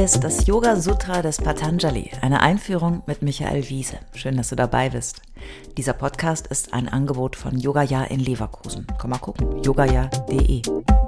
Hier ist das Yoga Sutra des Patanjali, eine Einführung mit Michael Wiese. Schön, dass du dabei bist. Dieser Podcast ist ein Angebot von Yogaya in Leverkusen. Komm mal gucken, yogaya.de.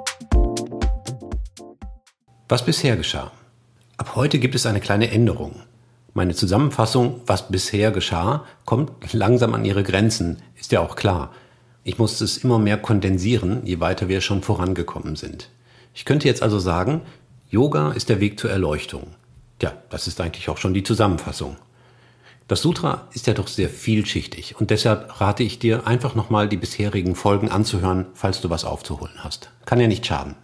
Was bisher geschah? Ab heute gibt es eine kleine Änderung. Meine Zusammenfassung, was bisher geschah, kommt langsam an ihre Grenzen, ist ja auch klar. Ich musste es immer mehr kondensieren, je weiter wir schon vorangekommen sind. Ich könnte jetzt also sagen, Yoga ist der Weg zur Erleuchtung. Ja, das ist eigentlich auch schon die Zusammenfassung. Das Sutra ist ja doch sehr vielschichtig und deshalb rate ich dir, einfach nochmal die bisherigen Folgen anzuhören, falls du was aufzuholen hast. Kann ja nicht schaden.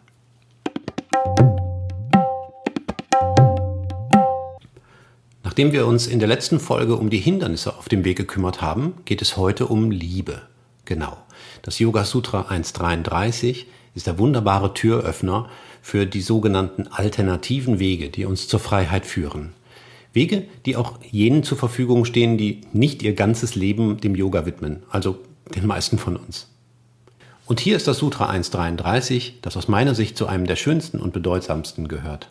Nachdem wir uns in der letzten Folge um die Hindernisse auf dem Weg gekümmert haben, geht es heute um Liebe. Genau. Das Yoga Sutra 1.33 ist der wunderbare Türöffner für die sogenannten alternativen Wege, die uns zur Freiheit führen. Wege, die auch jenen zur Verfügung stehen, die nicht ihr ganzes Leben dem Yoga widmen, also den meisten von uns. Und hier ist das Sutra 1.33, das aus meiner Sicht zu einem der schönsten und bedeutsamsten gehört.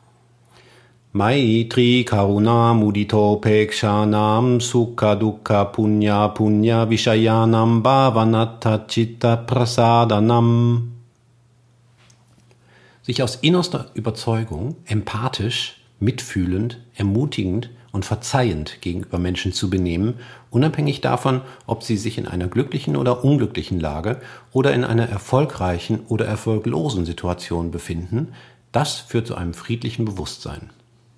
Maitri Karuna Mudito Pekshanam Sukha Dukkha Punya Punya Vishayanam Bhavanata Chitta Prasadanam. Sich aus innerster Überzeugung empathisch, mitfühlend, ermutigend und verzeihend gegenüber Menschen zu benehmen, unabhängig davon, ob sie sich in einer glücklichen oder unglücklichen Lage oder in einer erfolgreichen oder erfolglosen Situation befinden, das führt zu einem friedlichen Bewusstsein.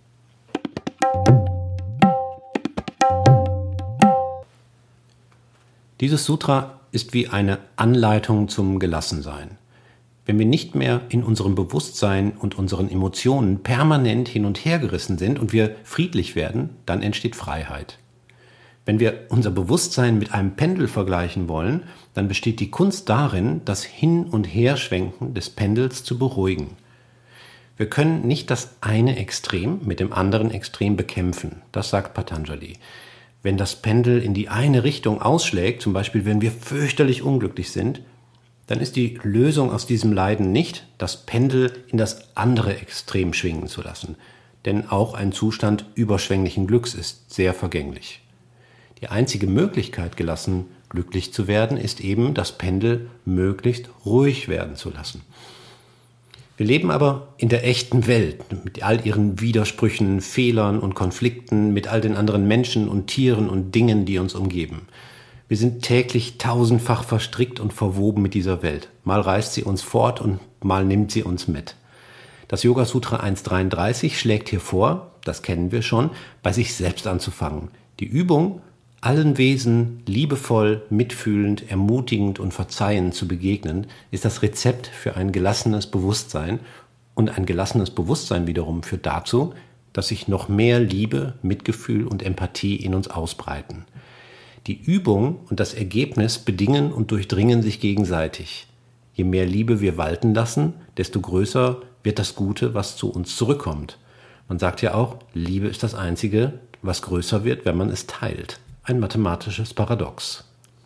Dieses Sutra ist wie eine Anleitung zum Gelassensein. Wenn wir nicht mehr in unserem Bewusstsein und unseren Emotionen permanent hin und her gerissen sind und wir friedlich werden, dann entsteht Freiheit. Wenn wir unser Bewusstsein mit einem Pendel vergleichen wollen, dann besteht die Kunst darin, das Hin- und Herschwenken des Pendels zu beruhigen. Wir können nicht das eine Extrem mit dem anderen Extrem bekämpfen, das sagt Patanjali. Wenn das Pendel in die eine Richtung ausschlägt, zum Beispiel wenn wir fürchterlich unglücklich sind, dann ist die Lösung aus diesem Leiden nicht, das Pendel in das andere Extrem schwingen zu lassen. Denn auch ein Zustand überschwänglichen Glücks ist sehr vergänglich. Die einzige Möglichkeit, gelassen glücklich zu werden, ist eben, das Pendel möglichst ruhig werden zu lassen. Wir leben aber in der echten Welt mit all ihren Widersprüchen, Fehlern und Konflikten, mit all den anderen Menschen und Tieren und Dingen, die uns umgeben. Wir sind täglich tausendfach verstrickt und verwoben mit dieser Welt. Mal reißt sie uns fort und mal nimmt sie uns mit. Das Yoga Sutra 1.33 schlägt hier vor, das kennen wir schon, bei sich selbst anzufangen. Die Übung, allen Wesen liebevoll, mitfühlend, ermutigend und verzeihend zu begegnen, ist das Rezept für ein gelassenes Bewusstsein. Und ein gelassenes Bewusstsein wiederum führt dazu, dass sich noch mehr Liebe, Mitgefühl und Empathie in uns ausbreiten. Die Übung und das Ergebnis bedingen und durchdringen sich gegenseitig. Je mehr Liebe wir walten lassen, desto größer wird das Gute, was zu uns zurückkommt. Man sagt ja auch, Liebe ist das Einzige, was größer wird, wenn man es teilt. Ein mathematisches Paradox.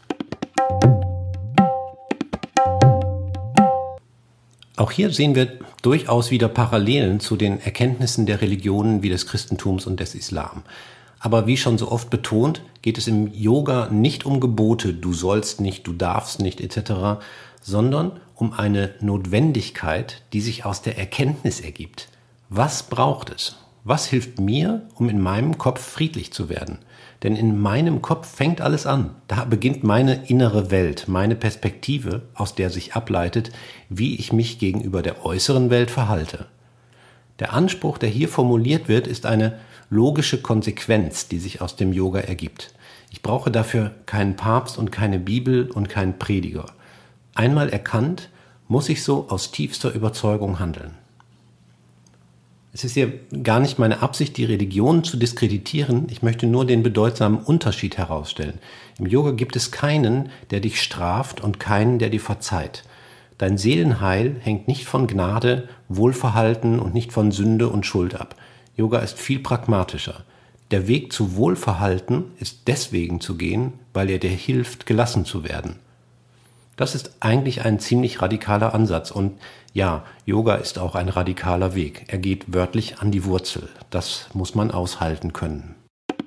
Auch hier sehen wir durchaus wieder Parallelen zu den Erkenntnissen der Religionen wie des Christentums und des Islam. Aber wie schon so oft betont, geht es im Yoga nicht um Gebote, du sollst nicht, du darfst nicht etc., sondern um eine Notwendigkeit, die sich aus der Erkenntnis ergibt. Was braucht es? Was hilft mir, um in meinem Kopf friedlich zu werden? Denn in meinem Kopf fängt alles an. Da beginnt meine innere Welt, meine Perspektive, aus der sich ableitet, wie ich mich gegenüber der äußeren Welt verhalte. Der Anspruch, der hier formuliert wird, ist eine logische Konsequenz, die sich aus dem Yoga ergibt. Ich brauche dafür keinen Papst und keine Bibel und keinen Prediger. Einmal erkannt, muss ich so aus tiefster Überzeugung handeln. Es ist hier gar nicht meine Absicht, die Religion zu diskreditieren. Ich möchte nur den bedeutsamen Unterschied herausstellen. Im Yoga gibt es keinen, der dich straft und keinen, der dir verzeiht. Dein Seelenheil hängt nicht von Gnade, Wohlverhalten und nicht von Sünde und Schuld ab. Yoga ist viel pragmatischer. Der Weg zu Wohlverhalten ist deswegen zu gehen, weil er dir hilft, gelassen zu werden. Das ist eigentlich ein ziemlich radikaler Ansatz. Und ja, Yoga ist auch ein radikaler Weg. Er geht wörtlich an die Wurzel. Das muss man aushalten können.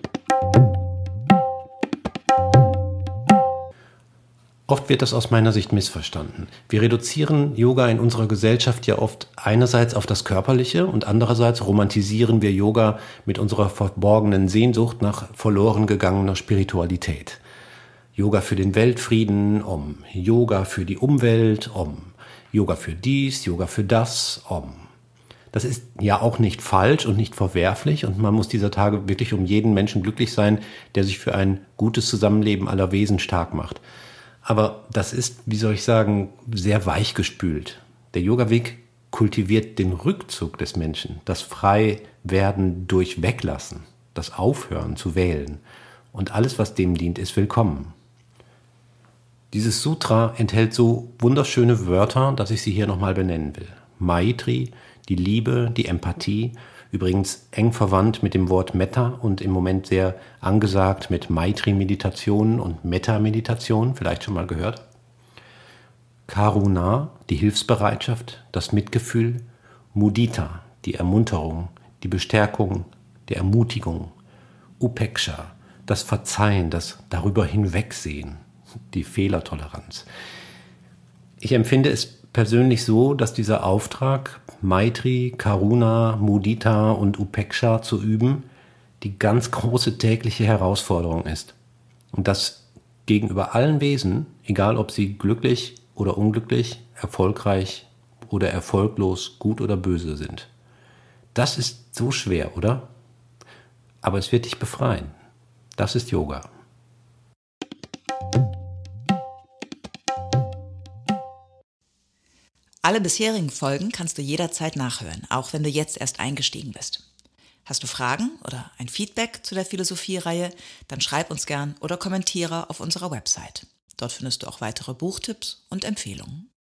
Oft wird das aus meiner Sicht missverstanden. Wir reduzieren Yoga in unserer Gesellschaft ja oft einerseits auf das Körperliche und andererseits romantisieren wir Yoga mit unserer verborgenen Sehnsucht nach verloren gegangener Spiritualität. Yoga für den Weltfrieden, Yoga für die Umwelt, Yoga für dies, Yoga für das, Das ist ja auch nicht falsch und nicht verwerflich und man muss dieser Tage wirklich um jeden Menschen glücklich sein, der sich für ein gutes Zusammenleben aller Wesen stark macht. Aber das ist, wie soll ich sagen, sehr weichgespült. Der Yoga-Weg kultiviert den Rückzug des Menschen, das Freiwerden durch Weglassen, das Aufhören zu wählen. Und alles, was dem dient, ist willkommen. Dieses Sutra enthält so wunderschöne Wörter, dass ich sie hier nochmal benennen will. Maitri, die Liebe, die Empathie, übrigens eng verwandt mit dem Wort Metta und im Moment sehr angesagt mit Maitri-Meditationen und Metta-Meditationen, vielleicht schon mal gehört. Karuna, die Hilfsbereitschaft, das Mitgefühl. Mudita, die Ermunterung, die Bestärkung, die Ermutigung. Upeksha, das Verzeihen, das darüber hinwegsehen, die Fehlertoleranz. Ich empfinde es persönlich so, dass dieser Auftrag, Maitri, Karuna, Mudita und Upeksha zu üben, die ganz große tägliche Herausforderung ist. Und das gegenüber allen Wesen, egal ob sie glücklich oder unglücklich, erfolgreich oder erfolglos, gut oder böse sind. Das ist so schwer, oder? Aber es wird dich befreien. Das ist Yoga. Alle bisherigen Folgen kannst du jederzeit nachhören, auch wenn du jetzt erst eingestiegen bist. Hast du Fragen oder ein Feedback zu der Philosophie-Reihe, dann schreib uns gern oder kommentiere auf unserer Website. Dort findest du auch weitere Buchtipps und Empfehlungen.